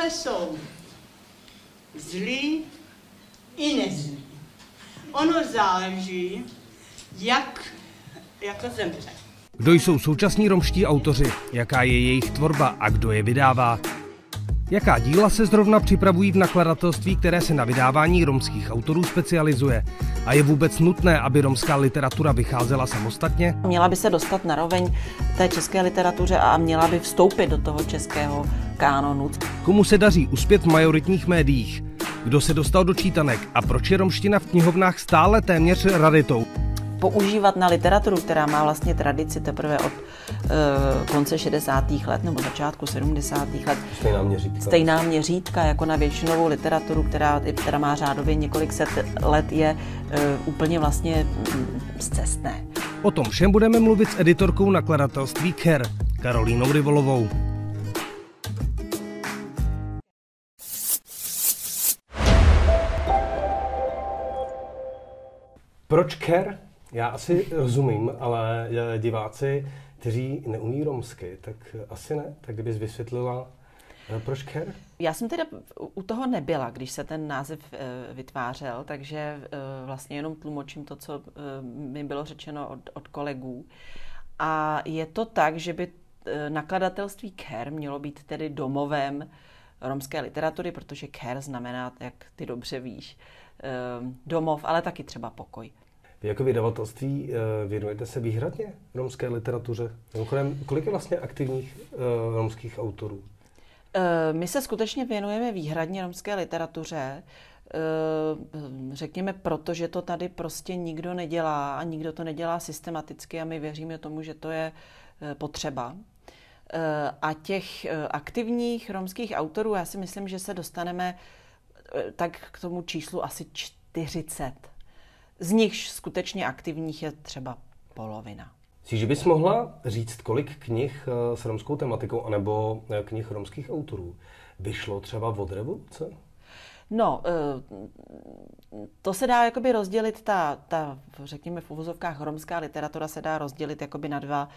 Romové jsou zlí i nezlí. Ono záleží, jak zemře. Kdo jsou současní romští autoři, jaká je jejich tvorba a kdo je vydává? Jaká díla se zrovna připravují v nakladatelství, které se na vydávání romských autorů specializuje? A je vůbec nutné, aby romská literatura vycházela samostatně? Měla by se dostat na roveň té české literatuře a měla by vstoupit do toho českého kánonu. Komu se daří uspět v majoritních médiích? Kdo se dostal do čítanek a proč je romština v knihovnách stále téměř raritou? Používat na literaturu, která má vlastně tradici teprve od konce 60. let nebo začátku 70. let. Stejná měřítka jako na většinovou literaturu, která má řádově několik set let, je úplně vlastně scestné. O tom všem budeme mluvit s editorkou nakladatelství KER, Karolínou Rivolovou. Proč KER? Já asi rozumím, ale diváci, kteří neumí romsky, tak asi ne. Tak kdybys vysvětlila, proč KER? Já jsem teda u toho nebyla, když se ten název vytvářel, takže vlastně jenom tlumočím to, co mi bylo řečeno od kolegů. A je to tak, že by nakladatelství KER mělo být tedy domovem romské literatury, protože KER znamená, jak ty dobře víš, domov, ale taky třeba pokoj. Vy jako vydavatelství věnujete se výhradně romské literatuře? Mimochodem, kolik je vlastně aktivních romských autorů? My se skutečně věnujeme výhradně romské literatuře, řekněme, protože to tady prostě nikdo nedělá a nikdo to nedělá systematicky a my věříme tomu, že to je potřeba. A těch aktivních romských autorů, já si myslím, že se dostaneme tak k tomu číslu asi 40. Z nichž skutečně aktivních je třeba polovina. Že bys mohla říct, kolik knih s romskou tematikou anebo knih romských autorů vyšlo třeba od revoluce? No, to se dá jakoby rozdělit, ta řekněme v uvozovkách romská literatura se dá rozdělit jakoby na dva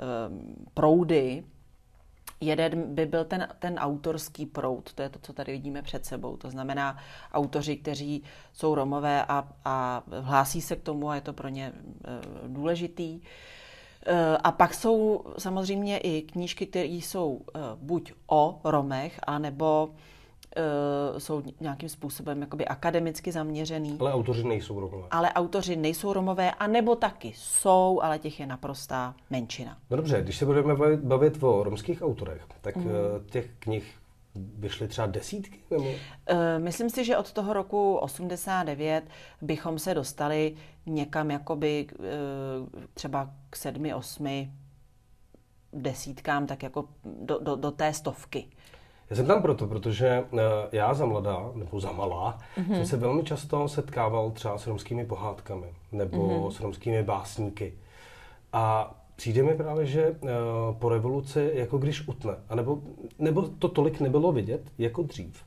proudy. Jeden by byl ten autorský proud, to je to, co tady vidíme před sebou. To znamená autoři, kteří jsou Romové a hlásí se k tomu a je to pro ně důležitý. A pak jsou samozřejmě i knížky, které jsou buď o Romech, anebo jsou nějakým způsobem jakoby akademicky zaměřený. Ale autoři nejsou Romové. Ale autoři nejsou Romové, anebo taky jsou, ale těch je naprostá menšina. No dobře, když se budeme bavit o romských autorech, tak těch knih vyšly třeba desítky? Nebo? Myslím si, že od toho roku 89 bychom se dostali někam jakoby třeba k 7, 8 desítkám, tak jako do té stovky. Já jsem tam protože já za mladá, nebo za malá, jsem se velmi často setkával třeba s romskými pohádkami, nebo s romskými básníky. A přijde mi právě, že po revoluci jako když utne, nebo to tolik nebylo vidět jako dřív.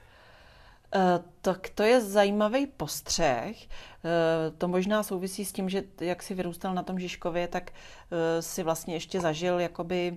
Tak to je zajímavý postřeh. To možná souvisí s tím, že jak jsi vyrůstal na tom Žižkově, tak si vlastně ještě zažil jakoby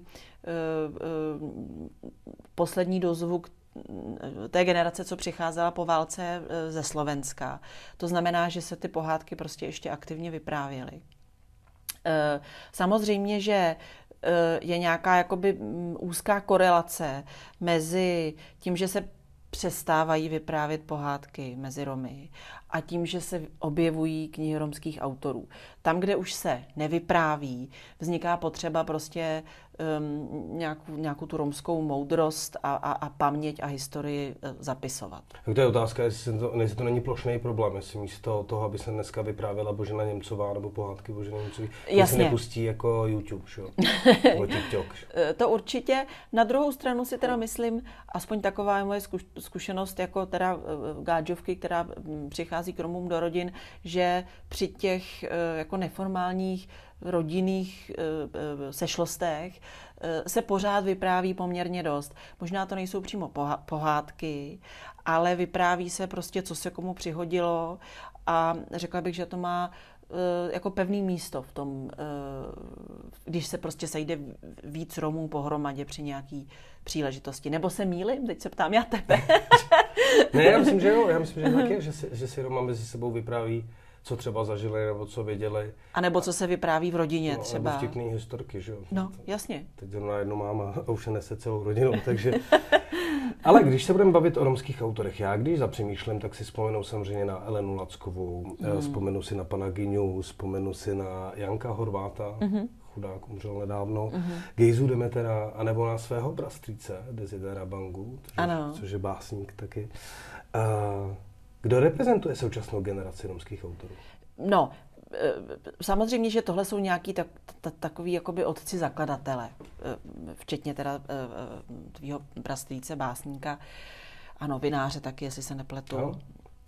poslední dozvuk té generace, co přicházela po válce ze Slovenska. To znamená, že se ty pohádky prostě ještě aktivně vyprávěly. Samozřejmě, že je nějaká jakoby úzká korelace mezi tím, že se přestávají vyprávět pohádky mezi Romy a tím, že se objevují knihy romských autorů. Tam, kde už se nevypráví, vzniká potřeba prostě nějakou tu romskou moudrost a paměť a historii zapisovat. Tak to je otázka, jestli to není plošný problém, jestli místo toho, aby se dneska vyprávěla Božena Němcová nebo pohádky Boženy Němcový, se nepustí jako YouTube, šo? Nebo TikTok. To určitě. Na druhou stranu si teda myslím, aspoň taková je moje zkušenost jako teda gádžovky, která přichází k Romům do rodin, že při těch jako neformálních rodinných sešlostech se pořád vypráví poměrně dost. Možná to nejsou přímo pohádky, ale vypráví se prostě, co se komu přihodilo a řekla bych, že to má jako pevný místo v když se prostě sejde víc Romů pohromadě při nějaký příležitosti. Nebo se mýlím? Teď se ptám já tebe. Ne, já myslím, že jo. Já myslím, že taky, že si Roma mezi sebou vypráví, co třeba zažili nebo co věděli. A nebo co se vypráví v rodině třeba. Nebo vtipný historky, že jo. No, jasně. Teď zrovna jednu mám a už se nese celou rodinou, takže... Ale když se budeme bavit o romských autorech, já když zapřemýšlím, tak si vzpomenu samozřejmě na Elenu Lackovou, vzpomenu si na pana Gyňu, vzpomenu si na Janka Horváta, chudák umřel nedávno, Gejzu Demetera, anebo na svého brastrýce Desidera Bangu, což je básník taky. Kdo reprezentuje současnou generaci romských autorů? No, samozřejmě, že tohle jsou nějaký takový jakoby otci zakladatele, včetně teda tvýho brastrýce, básníka a novináře taky, jestli se nepletu. No.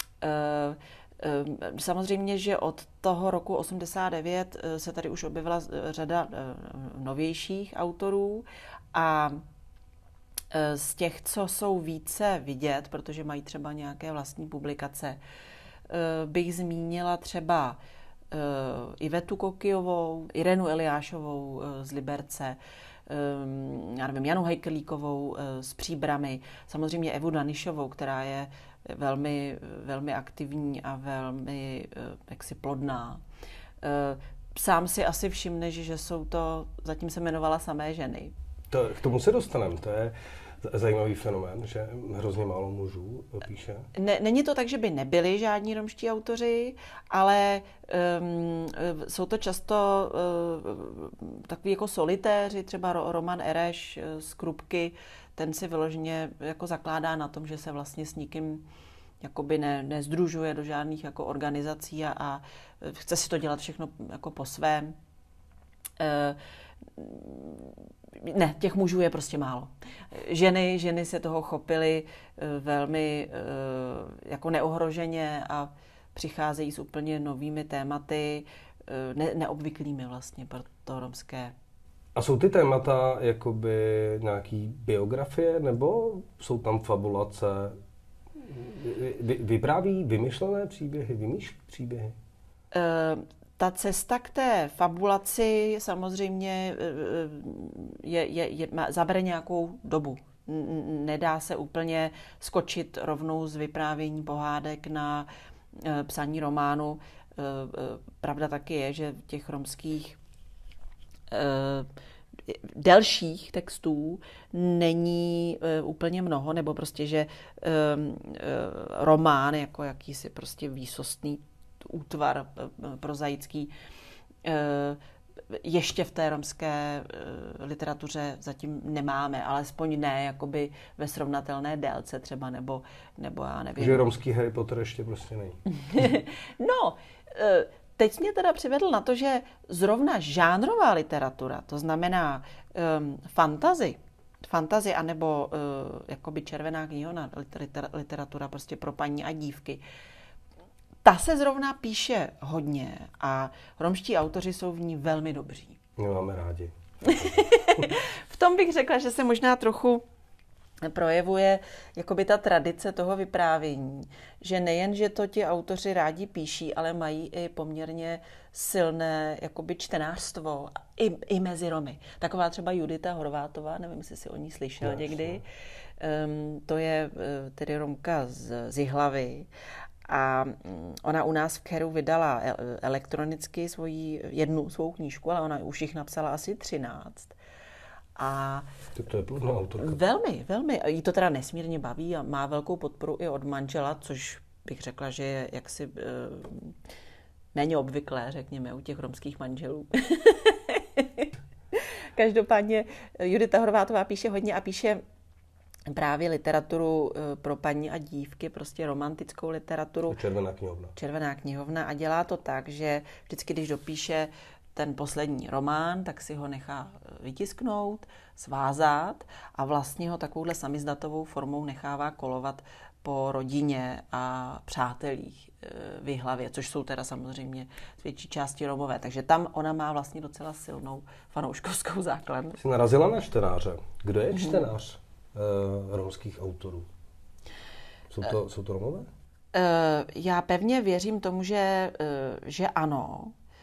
Samozřejmě, že od toho roku 89 se tady už objevila řada novějších autorů a z těch, co jsou více vidět, protože mají třeba nějaké vlastní publikace, bych zmínila třeba Ivetu Kokijovou, Irenu Eliášovou z Liberce, já nevím, Janu Hajkelíkovou z Příbrami, samozřejmě Evu Danišovou, která je velmi, velmi aktivní a velmi jaksi plodná. Sám si asi všimneš, že jsou to, zatím se jmenovala samé ženy. K tomu se dostaneme, to je zajímavý fenomén, že hrozně málo mužů píše. Není to tak, že by nebyli žádní romští autoři, ale jsou to často takový jako solitéři, třeba Roman Ereš z Krupky, ten si vyloženě jako zakládá na tom, že se vlastně s nikým jakoby nezdružuje do žádných jako organizací a chce si to dělat všechno jako po svém. Ne, těch mužů je prostě málo. Ženy se toho chopily velmi jako neohroženě a přicházejí s úplně novými tématy, neobvyklými vlastně pro to romské. A jsou ty témata jakoby nějaký biografie, nebo jsou tam fabulace? Vypráví vymyšlené příběhy, vymýšlí příběhy? Ta cesta k té fabulaci samozřejmě zabere nějakou dobu. Nedá se úplně skočit rovnou z vyprávění pohádek na psaní románu. Pravda taky je, že těch romských delších textů není úplně mnoho, nebo prostě, že román jako jakýsi prostě výsostný útvar prozaický ještě v té romské literatuře zatím nemáme, alespoň ne jakoby ve srovnatelné délce třeba, nebo já nevím. Že romský Harry Potter ještě prostě není. No, teď mě teda přivedl na to, že zrovna žánrová literatura, to znamená fantasy anebo jakoby červená knihovna literatura prostě pro paní a dívky, ta se zrovna píše hodně a romští autoři jsou v ní velmi dobří. My máme rádi. V tom bych řekla, že se možná trochu projevuje jakoby ta tradice toho vyprávění, že nejen, že to ti autoři rádi píší, ale mají i poměrně silné jakoby čtenářstvo i mezi Romy. Taková třeba Judita Horvátová, nevím, jestli si o ní slyšel někdy, to je tedy Romka z Jihlavy. A ona u nás v Keru vydala elektronicky jednu svou knížku, ale ona už jich napsala asi 13. A to je plodná autorka. Velmi, velmi. Jí to teda nesmírně baví a má velkou podporu i od manžela, což bych řekla, že je jaksi méně obvyklé, řekněme, u těch romských manželů. Každopádně Judita Horvátová píše hodně a píše právě literaturu pro paní a dívky, prostě romantickou literaturu. Červená knihovna. A dělá to tak, že vždycky, když dopíše ten poslední román, tak si ho nechá vytisknout, svázat a vlastně ho takovouhle samizdatovou formou nechává kolovat po rodině a přátelích v Jihlavě, což jsou teda samozřejmě z větší části Romové. Takže tam ona má vlastně docela silnou fanouškovskou základnu. Jsi narazila na čtenáře. Kdo je čtenář romských autorů? Jsou to Romové? Já pevně věřím tomu, že ano.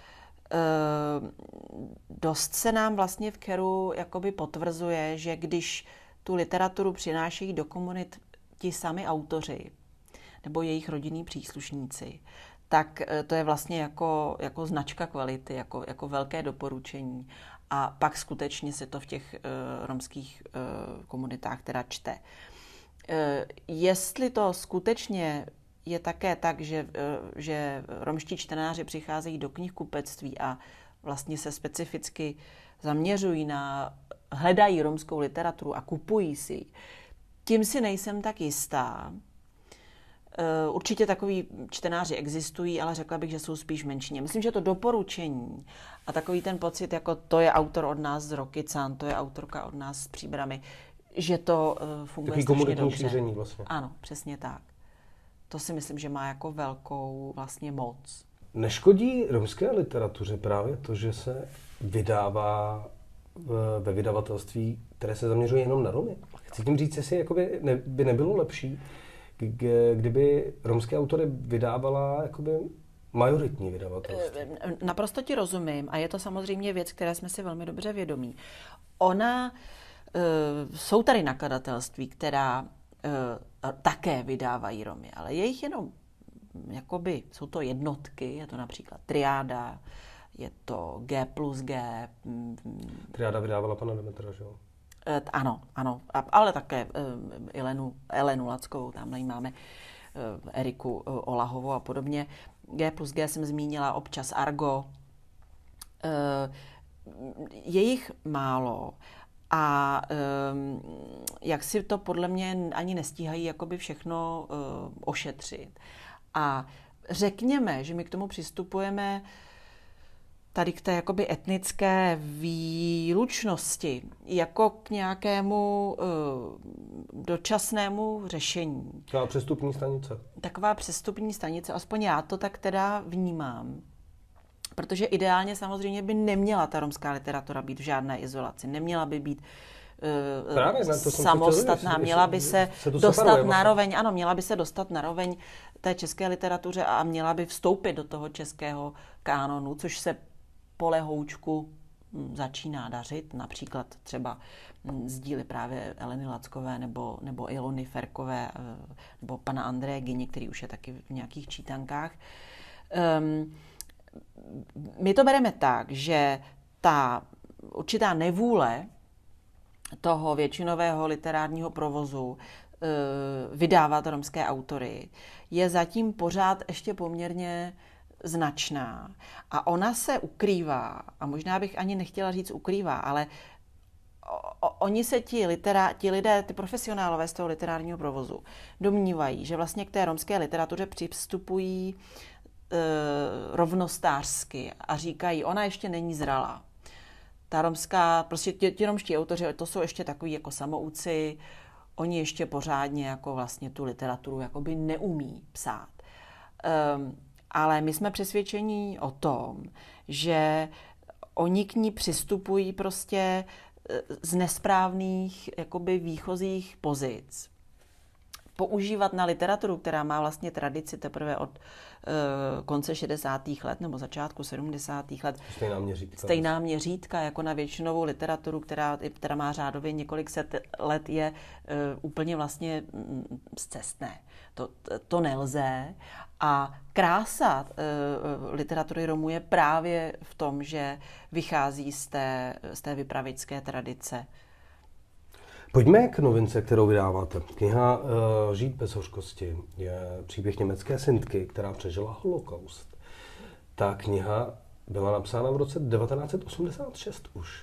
dost se nám vlastně v Keru jakoby potvrzuje, že když tu literaturu přinášejí do komunit ti sami autoři nebo jejich rodinní příslušníci, tak to je vlastně jako značka kvality, jako velké doporučení. A pak skutečně se to v těch romských komunitách teda čte. Jestli to skutečně je také tak, že romští čtenáři přicházejí do knihkupectví a vlastně se specificky zaměřují hledají romskou literaturu a kupují si ji, tím si nejsem tak jistá. Určitě takový čtenáři existují, ale řekla bych, že jsou spíš menšině. Myslím, že to doporučení a takový ten pocit, jako to je autor od nás z Rokycan, to je autorka od nás z Příbrami, že to funguje strašně dobře. Šíření vlastně. Ano, přesně tak. To si myslím, že má jako velkou vlastně moc. Neškodí romské literatuře právě to, že se vydává ve vydavatelství, které se zaměřuje jenom na Romy? Chci tím říct, jestli by nebylo lepší, kdyby romské autory vydávala majoritní vydavatelství. Naprosto ti rozumím a je to samozřejmě věc, které jsme si velmi dobře vědomí. Jsou tady nakladatelství, která také vydávají Romy, ale je jich jenom, jsou to jednotky, je to například Triáda, je to G+G. Triáda vydávala pana Demetra, že jo? Ano, ale také Elenu Lackovou, tamhle máme Eriku Olahovou a podobně. G+G jsem zmínila, občas Argo. Je jich málo a jak si to podle mě ani nestíhají jakoby všechno ošetřit. A řekněme, že my k tomu přistupujeme tady k té jakoby etnické výlučnosti, jako k nějakému dočasnému řešení. Taková přestupní stanice, aspoň já to tak teda vnímám. Protože ideálně samozřejmě by neměla ta romská literatura být v žádné izolaci. Neměla by být samostatná, měla by se dostat na roveň, ano, měla by se dostat na roveň té české literatuře a měla by vstoupit do toho českého kánonu, což se po lehoučku začíná dařit, například třeba z díly právě Eleny Lackové nebo Ilony Ferkové nebo pana Andreje Gyni, který už je taky v nějakých čítankách. My to bereme tak, že ta určitá nevůle toho většinového literárního provozu vydávat romské autory je zatím pořád ještě poměrně značná. A ona se ukrývá, a možná bych ani nechtěla říct ukrývá, ale oni se ti lidé, ty profesionálové z toho literárního provozu domnívají, že vlastně k té romské literatuře přistupují rovnostářsky a říkají, ona ještě není zralá. Ta romská, prostě ti romští autoři, to jsou ještě takový jako samouci, oni ještě pořádně jako vlastně tu literaturu jakoby neumí psát. Ale my jsme přesvědčení o tom, že oni k ní přistupují prostě z nesprávných jakoby výchozích pozic. Používat na literaturu, která má vlastně tradici teprve od konce 60. let nebo začátku 70. let. Stejná měřítka jako na většinovou literaturu, která má řádově několik set let, je úplně vlastně scestné. To nelze. A krása literatury Romů je právě v tom, že vychází z té vypravěčské tradice. Pojďme k novince, kterou vydáváte. Kniha Žít bez hořkosti je příběh německé Sintky, která přežila holokaust. Ta kniha byla napsána v roce 1986 už.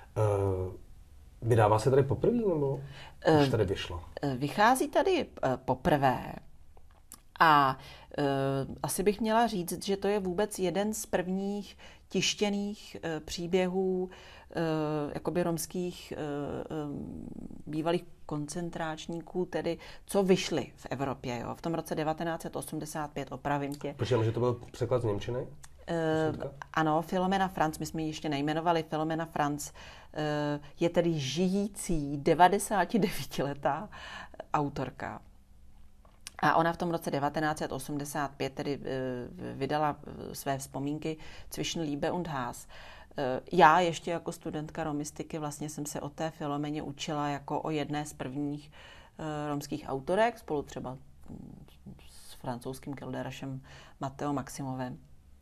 Vydává se tady poprvé, nebo už tady vyšla? Vychází tady poprvé. A asi bych měla říct, že to je vůbec jeden z prvních tištěných příběhů jakoby romských bývalých koncentráčníků, tedy co vyšly v Evropě. Jo. V tom roce 1985, opravím tě. Počkejme, že to byl překlad z němčiny? Ano, Filomena Franz, my jsme ji ještě nejmenovali, Filomena Franz je tedy žijící 99letá autorka. A ona v tom roce 1985 tedy vydala své vzpomínky Zwischen Liebe und Hass. Já ještě jako studentka romistiky vlastně jsem se o té Filomeně učila jako o jedné z prvních romských autorek, spolu třeba s francouzským Kelderachem Matteo Maximovem.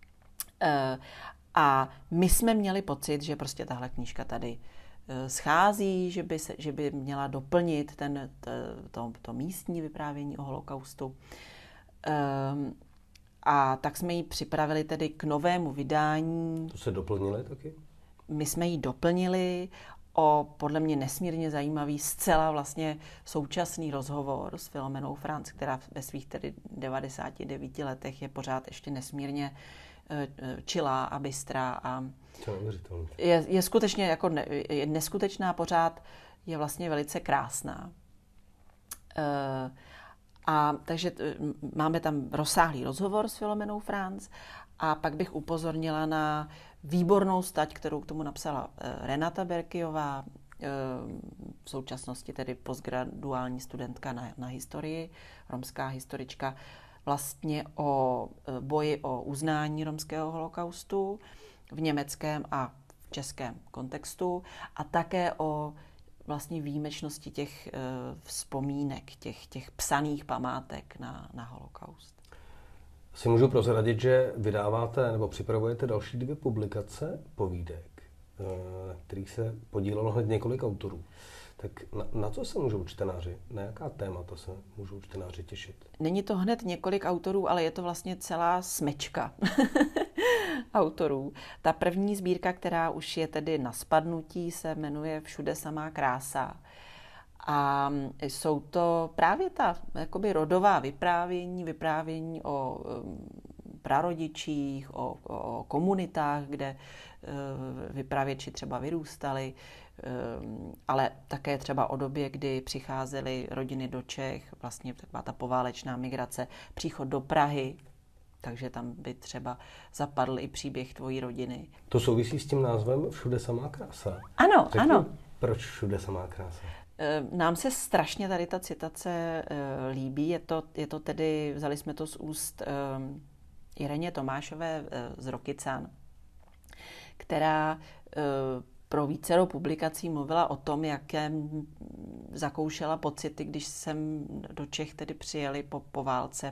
A my jsme měli pocit, že prostě tahle knížka tady schází, že by měla doplnit to místní vyprávění o holokaustu. A tak jsme ji připravili tedy k novému vydání. To se doplnili taky? My jsme ji doplnili o podle mě nesmírně zajímavý, zcela vlastně současný rozhovor s Filomenou Franz, která ve svých tedy 99 letech je pořád ještě nesmírně čilá a bystrá a je skutečně jako je neskutečná, pořád je vlastně velice krásná. A takže máme tam rozsáhlý rozhovor s Filomenou Franz a pak bych upozornila na výbornou stať, kterou k tomu napsala Renata Berkyová, v současnosti tedy postgraduální studentka na historii, romská historička, vlastně o boji o uznání romského holokaustu v německém a v českém kontextu a také o vlastně výjimečnosti těch vzpomínek, těch psaných památek na holokaust. Si můžu prozradit, že vydáváte nebo připravujete další 2 publikace povídek, na kterých se podílelo hned několik autorů. Tak na co se můžou čtenáři, na jaká témata se můžou čtenáři těšit? Není to hned několik autorů, ale je to vlastně celá smečka autorů. Ta první sbírka, která už je tedy na spadnutí, se jmenuje Všude samá krása. A jsou to právě ta jakoby rodová vyprávění o prarodičích, o komunitách, kde vypravěči třeba vyrůstali, ale také třeba o době, kdy přicházely rodiny do Čech, vlastně taková ta poválečná migrace, příchod do Prahy, takže tam by třeba zapadl i příběh tvojí rodiny. To souvisí s tím názvem Všude samá krása? Ano, ano. Proč Všude samá krása? Nám se strašně tady ta citace líbí. Je to tedy, vzali jsme to z úst Ireně Tomášové z Rokycan, která pro vícero publikací mluvila o tom, jaké zakoušela pocity, když jsem do Čech tedy přijeli po válce,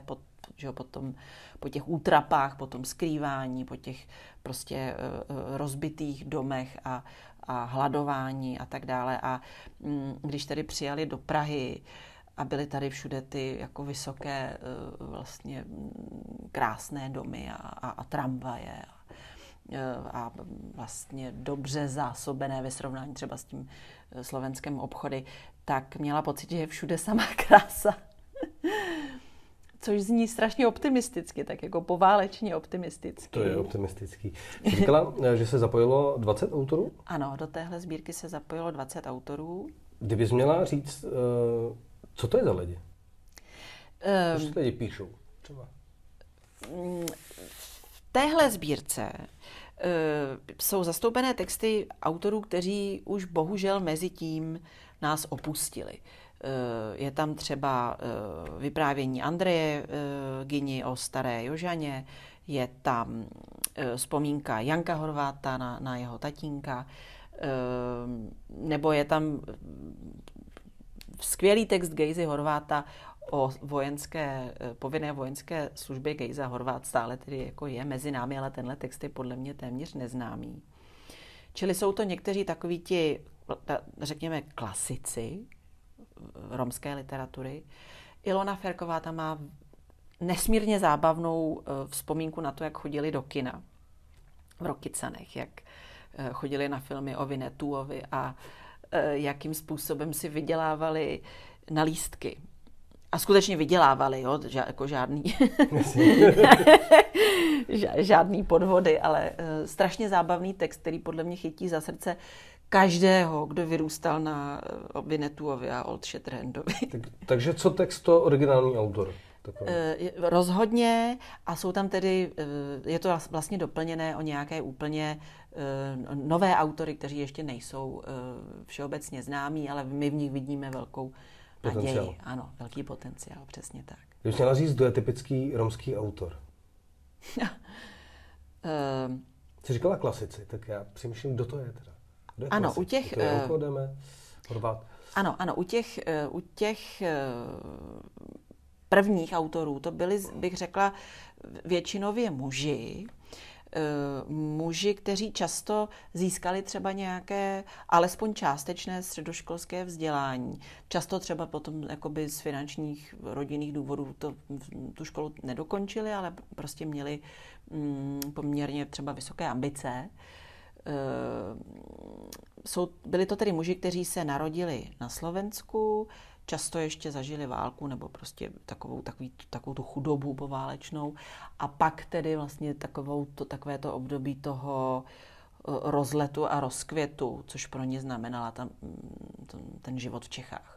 po těch útrapách, po tom skrývání, po těch prostě rozbitých domech a hladování a tak dále. A když tedy přijeli do Prahy a byly tady všude ty jako vysoké vlastně krásné domy a tramvaje a vlastně dobře zásobené ve srovnání třeba s tím slovenským obchody, tak měla pocit, že je všude samá krása. Což zní strašně optimisticky, tak jako poválečně optimisticky. To je optimistický. Jsi říkala, že se zapojilo 20 autorů? Ano, do téhle sbírky se zapojilo 20 autorů. Kdybys měla říct, co to je za lidi? Co lidi píšou třeba? V téhle sbírce jsou zastoupené texty autorů, kteří už bohužel mezi tím nás opustili. Je tam třeba vyprávění Andreje Gyni o staré Jožaně, je tam vzpomínka Janka Horváta na jeho tatínka, nebo je tam skvělý text Gejzy Horváta o povinné vojenské službě. Gejza Horvát stále tedy jako je mezi námi, ale tenhle text je podle mě téměř neznámý. Čili jsou to někteří takoví ti, řekněme, klasici romské literatury. Ilona Ferková tam má nesmírně zábavnou vzpomínku na to, jak chodili do kina v Rokycanech, jak chodili na filmy o Vinetuovi a jakým způsobem si vydělávali na lístky. A skutečně vydělávali, jo? Jako žádný podvody, ale strašně zábavný text, který podle mě chytí za srdce každého, kdo vyrůstal na Vinetuovi a Old Shatterhandovi. Takže co text, to originální autor? Rozhodně a jsou tam tedy, je to vlastně doplněné o nějaké úplně nové autory, kteří ještě nejsou všeobecně známí, ale my v nich vidíme Potenciál. naději. Ano, velký potenciál, přesně tak. Když měla říct, kdo je typický romský autor? Jsi říkala klasici, tak já přemýšlím, kdo to je teda. Kdo je ano, klasik? u těch... To je Vodeme, Horváth. Ano, u těch prvních autorů, to byli, bych řekla, většinově muži, kteří často získali třeba nějaké alespoň částečné středoškolské vzdělání. Často třeba potom jakoby z finančních rodinných důvodů tu školu nedokončili, ale prostě měli poměrně třeba vysoké ambice. Byli to tedy muži, kteří se narodili na Slovensku, často ještě zažili válku nebo prostě takovou tu chudobu poválečnou a pak tedy vlastně takové to období toho rozletu a rozkvětu, což pro ně znamenala ten život v Čechách.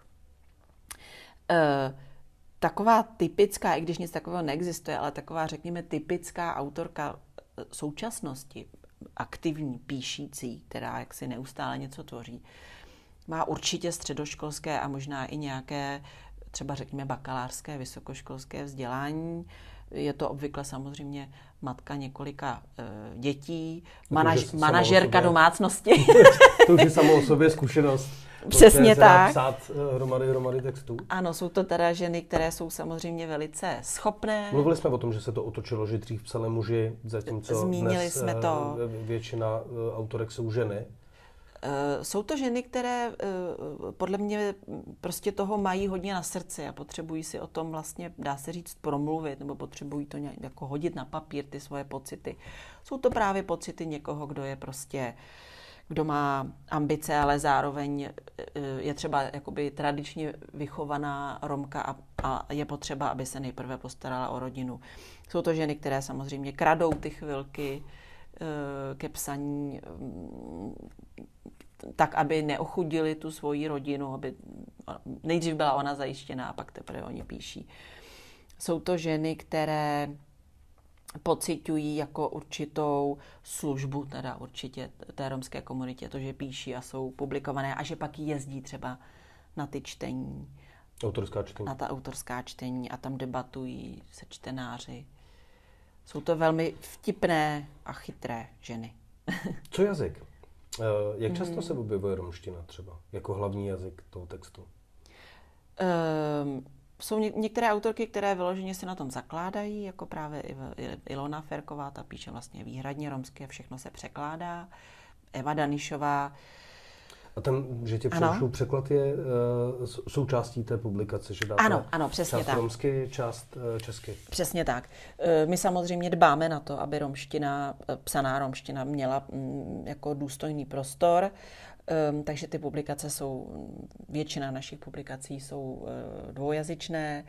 Taková typická, i když nic takového neexistuje, ale taková, řekněme, typická autorka současnosti, aktivní, píšící, která jaksi neustále něco tvoří, má určitě středoškolské a možná i nějaké, třeba řekněme, bakalářské, vysokoškolské vzdělání. Je to obvykle samozřejmě matka několika dětí, manažerka domácnosti. To už je samo o sobě zkušenost. Přesně tak. Psát hromady textů. Ano, jsou to teda ženy, které jsou samozřejmě velice schopné. Mluvili jsme o tom, že se to otočilo, že dřív psali muži, zatímco dnes jsme to. Většina autorek jsou ženy. Jsou to ženy, které podle mě prostě toho mají hodně na srdci a potřebují si o tom vlastně, dá se říct, promluvit, nebo potřebují to nějak jako hodit na papír, ty svoje pocity. Jsou to právě pocity někoho, kdo má ambice, ale zároveň je třeba jakoby tradičně vychovaná Romka a je potřeba, aby se nejprve postarala o rodinu. Jsou to ženy, které samozřejmě kradou ty chvilky ke psaní, tak, aby neochudili tu svoji rodinu, aby nejdřív byla ona zajištěná a pak teprve oni píší. Jsou to ženy, které pociťují jako určitou službu, teda určitě té romské komunitě, to, že píší a jsou publikované a že pak jezdí třeba na ty čtení. Autorská čtení. Na ta autorská čtení a tam debatují se čtenáři. Jsou to velmi vtipné a chytré ženy. Co jazyk? Jak často se objevuje romština třeba jako hlavní jazyk toho textu? Jsou některé autorky, které vyloženě se na tom zakládají, jako právě Ilona Ferková, ta píše vlastně výhradně romsky a všechno se překládá. Eva Danišová. A ten, že tě přerušu, překlad je součástí té publikace, že dáte ano, přesně část tak. Romsky, část česky. Přesně tak. My samozřejmě dbáme na to, aby psaná romština měla jako důstojný prostor, takže ty publikace většina našich publikací jsou dvoujazyčné.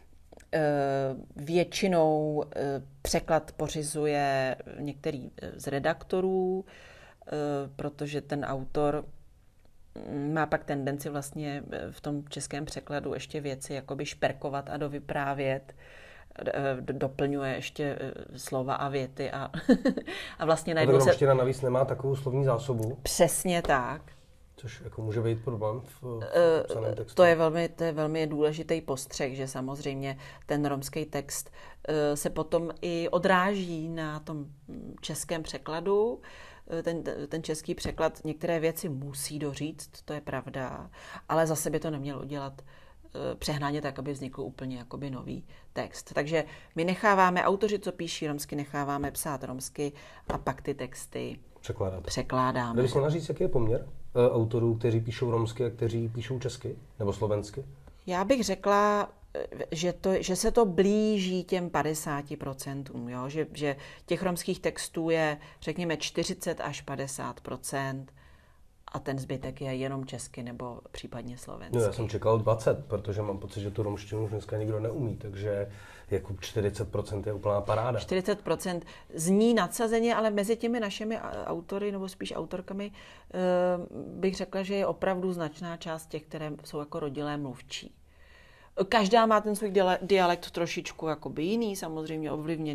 Většinou překlad pořizuje některý z redaktorů, protože ten autor má pak tendenci vlastně v tom českém překladu ještě věci jakoby šperkovat a dovyprávět. Doplňuje ještě slova a věty a vlastně najednou se... Romština navíc nemá takovou slovní zásobu. Přesně tak. Což jako může být problém v psaném textu. To je velmi důležitý postřeh, že samozřejmě ten romský text se potom i odráží na tom českém překladu. Ten český překlad některé věci musí doříct, to je pravda, ale zase by to nemělo udělat přehnaně tak, aby vznikl úplně jakoby nový text. Takže my necháváme, autoři, co píší romsky, necháváme psát romsky a pak ty texty překládáme. Když měla říct, jaký je poměr autorů, kteří píšou romsky a kteří píšou česky nebo slovensky? Já bych řekla, že se to blíží těm 50%, jo? Že těch romských textů je, řekněme, 40 až 50%. A ten zbytek je jenom česky nebo případně slovensky. No, já jsem čekal 20, protože mám pocit, že tu romštinu už dneska nikdo neumí, takže jako 40% je úplná paráda. 40% zní nadsazeně, ale mezi těmi našimi autory, nebo spíš autorkami, bych řekla, že je opravdu značná část těch, které jsou jako rodilé mluvčí. Každá má ten svůj dialekt trošičku jakoby jiný, samozřejmě ovlivněný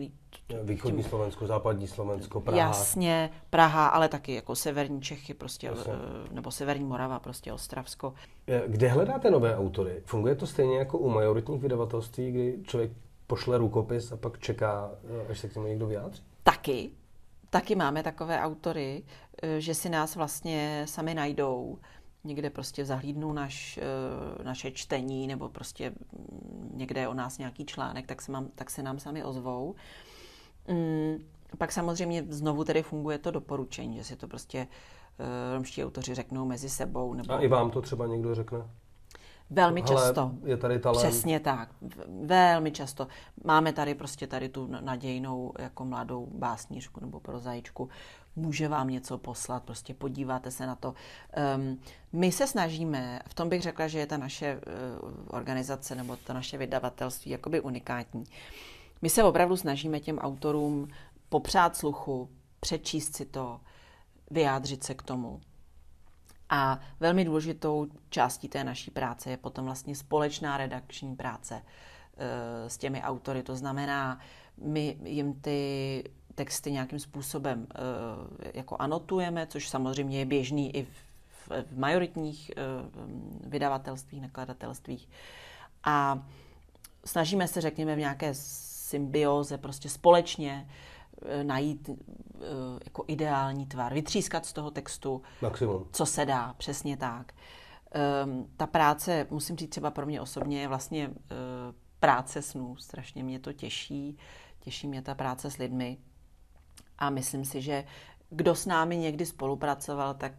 Východní Slovensko, západní Slovensko, Praha. Jasně, Praha, ale taky jako severní Čechy, prostě, nebo severní Morava, prostě Ostravsko. Kde hledáte nové autory? Funguje to stejně jako u majoritních vydavatelství, kdy člověk pošle rukopis a pak čeká, až se k tomu někdo vyjádří? Taky máme takové autory, že si nás vlastně sami najdou, někde prostě zahlídnou naše čtení, nebo prostě někde je o nás nějaký článek, tak se nám sami ozvou. Pak samozřejmě znovu tedy funguje to doporučení, že si to prostě romští autoři řeknou mezi sebou. Nebo... A i vám to třeba někdo řekne? Velmi často. Je tady talent. Přesně tak. Velmi často. Máme tady tu nadějnou jako mladou básnířku nebo prozaičku. Může vám něco poslat, prostě podíváte se na to. My se snažíme, v tom bych řekla, že je ta naše organizace nebo to naše vydavatelství jakoby unikátní. My se opravdu snažíme těm autorům popřát sluchu, přečíst si to, vyjádřit se k tomu. A velmi důležitou částí té naší práce je potom vlastně společná redakční práce s těmi autory. To znamená, my jim ty texty nějakým způsobem jako anotujeme, což samozřejmě je běžný i v majoritních vydavatelstvích, nakladatelstvích. A snažíme se, řekněme, v nějaké symbioze prostě společně najít jako ideální tvar, vytřískat z toho textu maximum, co se dá, přesně tak. Ta práce, musím říct třeba pro mě osobně, je vlastně práce snů. Strašně mě to těší mě ta práce s lidmi a myslím si, že kdo s námi někdy spolupracoval, tak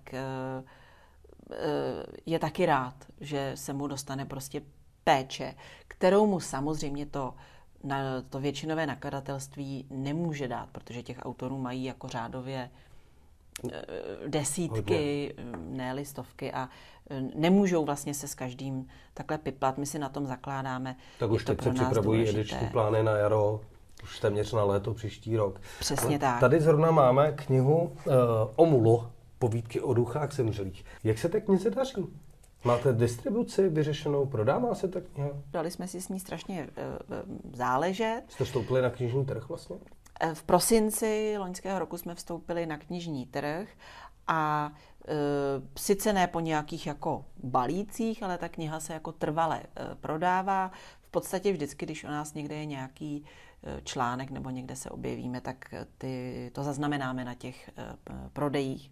je taky rád, že se mu dostane prostě péče, kterou mu samozřejmě to většinové nakladatelství nemůže dát, protože těch autorů mají jako řádově desítky, ne stovky a nemůžou vlastně se s každým takhle piplat. My si na tom zakládáme. Tak už teď se připravují ediční plány na jaro, už téměř na léto příští rok. Přesně tak. Tady zrovna máme knihu Omulo, povídky o duchách zemřelých. Jak se té knize daří? Máte distribuci vyřešenou? Prodává se ta kniha? Dali jsme si s ní strašně záležet. Jste vstoupili na knižní trh vlastně? V prosinci loňského roku jsme vstoupili na knižní trh a sice ne po nějakých jako balících, ale ta kniha se jako trvale prodává. V podstatě vždycky, když u nás někde je nějaký článek nebo někde se objevíme, tak to zaznamenáme na těch prodejích.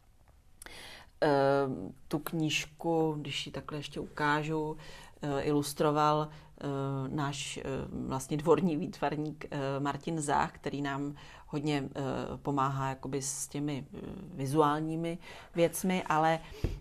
Tu knížku, když ji takhle ještě ukážu, ilustroval náš vlastně dvorní výtvarník Martin Zách, který nám hodně pomáhá jakoby s těmi vizuálními věcmi, ale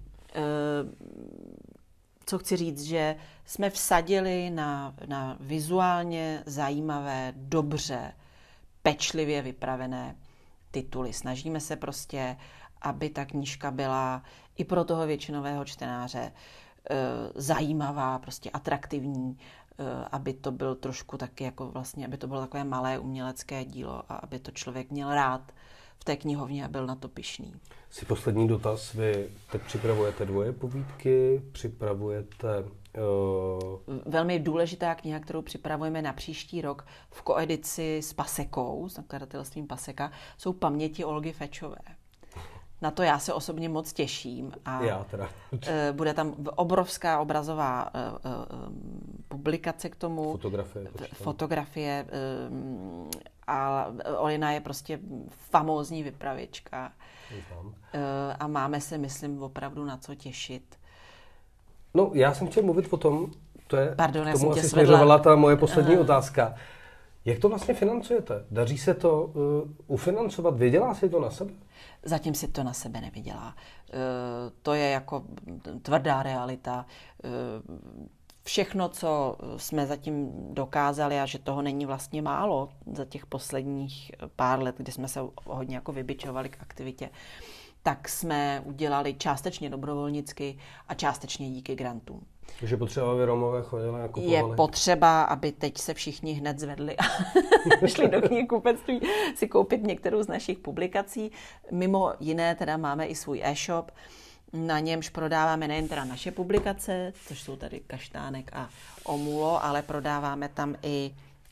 co chci říct, že jsme vsadili na vizuálně zajímavé, dobře, pečlivě vypravené tituly. Snažíme se prostě, aby ta knížka byla i pro toho většinového čtenáře zajímavá, prostě atraktivní, aby to byl trošku taky jako vlastně, aby to bylo takové malé umělecké dílo a aby to člověk měl rád v té knihovně a byl na to pyšný. Si poslední dotaz. Vy teď připravujete dvoje povídky, připravujete... Velmi důležitá kniha, kterou připravujeme na příští rok v koedici s Pasekou, s nakladatelstvím Paseka, jsou Paměti Olgy Fečové. Na to já se osobně moc těším. A já teda. Bude tam obrovská obrazová publikace k tomu. Fotografie. A Olina je prostě famózní vypravěčka. A máme se, myslím, opravdu na co těšit. No, já jsem chtěl mluvit o tom, Pardon, k tomu asi směřovala ta moje poslední otázka. Jak to vlastně financujete? Daří se to ufinancovat? Vydělá si to na sebe? Zatím si to na sebe nevydělá. To je jako tvrdá realita. Všechno, co jsme zatím dokázali, a že toho není vlastně málo za těch posledních pár let, kdy jsme se hodně jako vybičovali k aktivitě, tak jsme udělali částečně dobrovolnicky a částečně díky grantům. Takže potřeba, aby Romové chodili a kupovali? Je potřeba, aby teď se všichni hned zvedli a šli do knihkupectví si koupit některou z našich publikací. Mimo jiné teda máme i svůj e-shop, na němž prodáváme nejen teda naše publikace, což jsou tady Kaštánek a Omulo, ale prodáváme tam i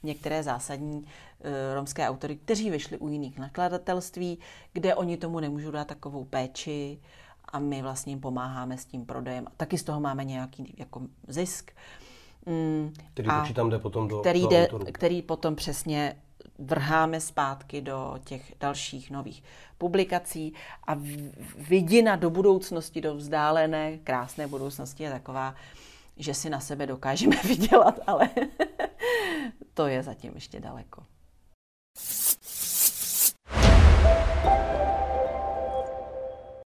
některé zásadní romské autory, kteří vyšli u jiných nakladatelství, kde oni tomu nemůžou dát takovou péči a my vlastně jim pomáháme s tím prodejem. Taky z toho máme nějaký jako zisk. Který počítám jde potom do autorů. Který potom přesně vrháme zpátky do těch dalších nových publikací a vidina do budoucnosti, do vzdálené, krásné budoucnosti je taková, že si na sebe dokážeme vydělat, ale to je zatím ještě daleko.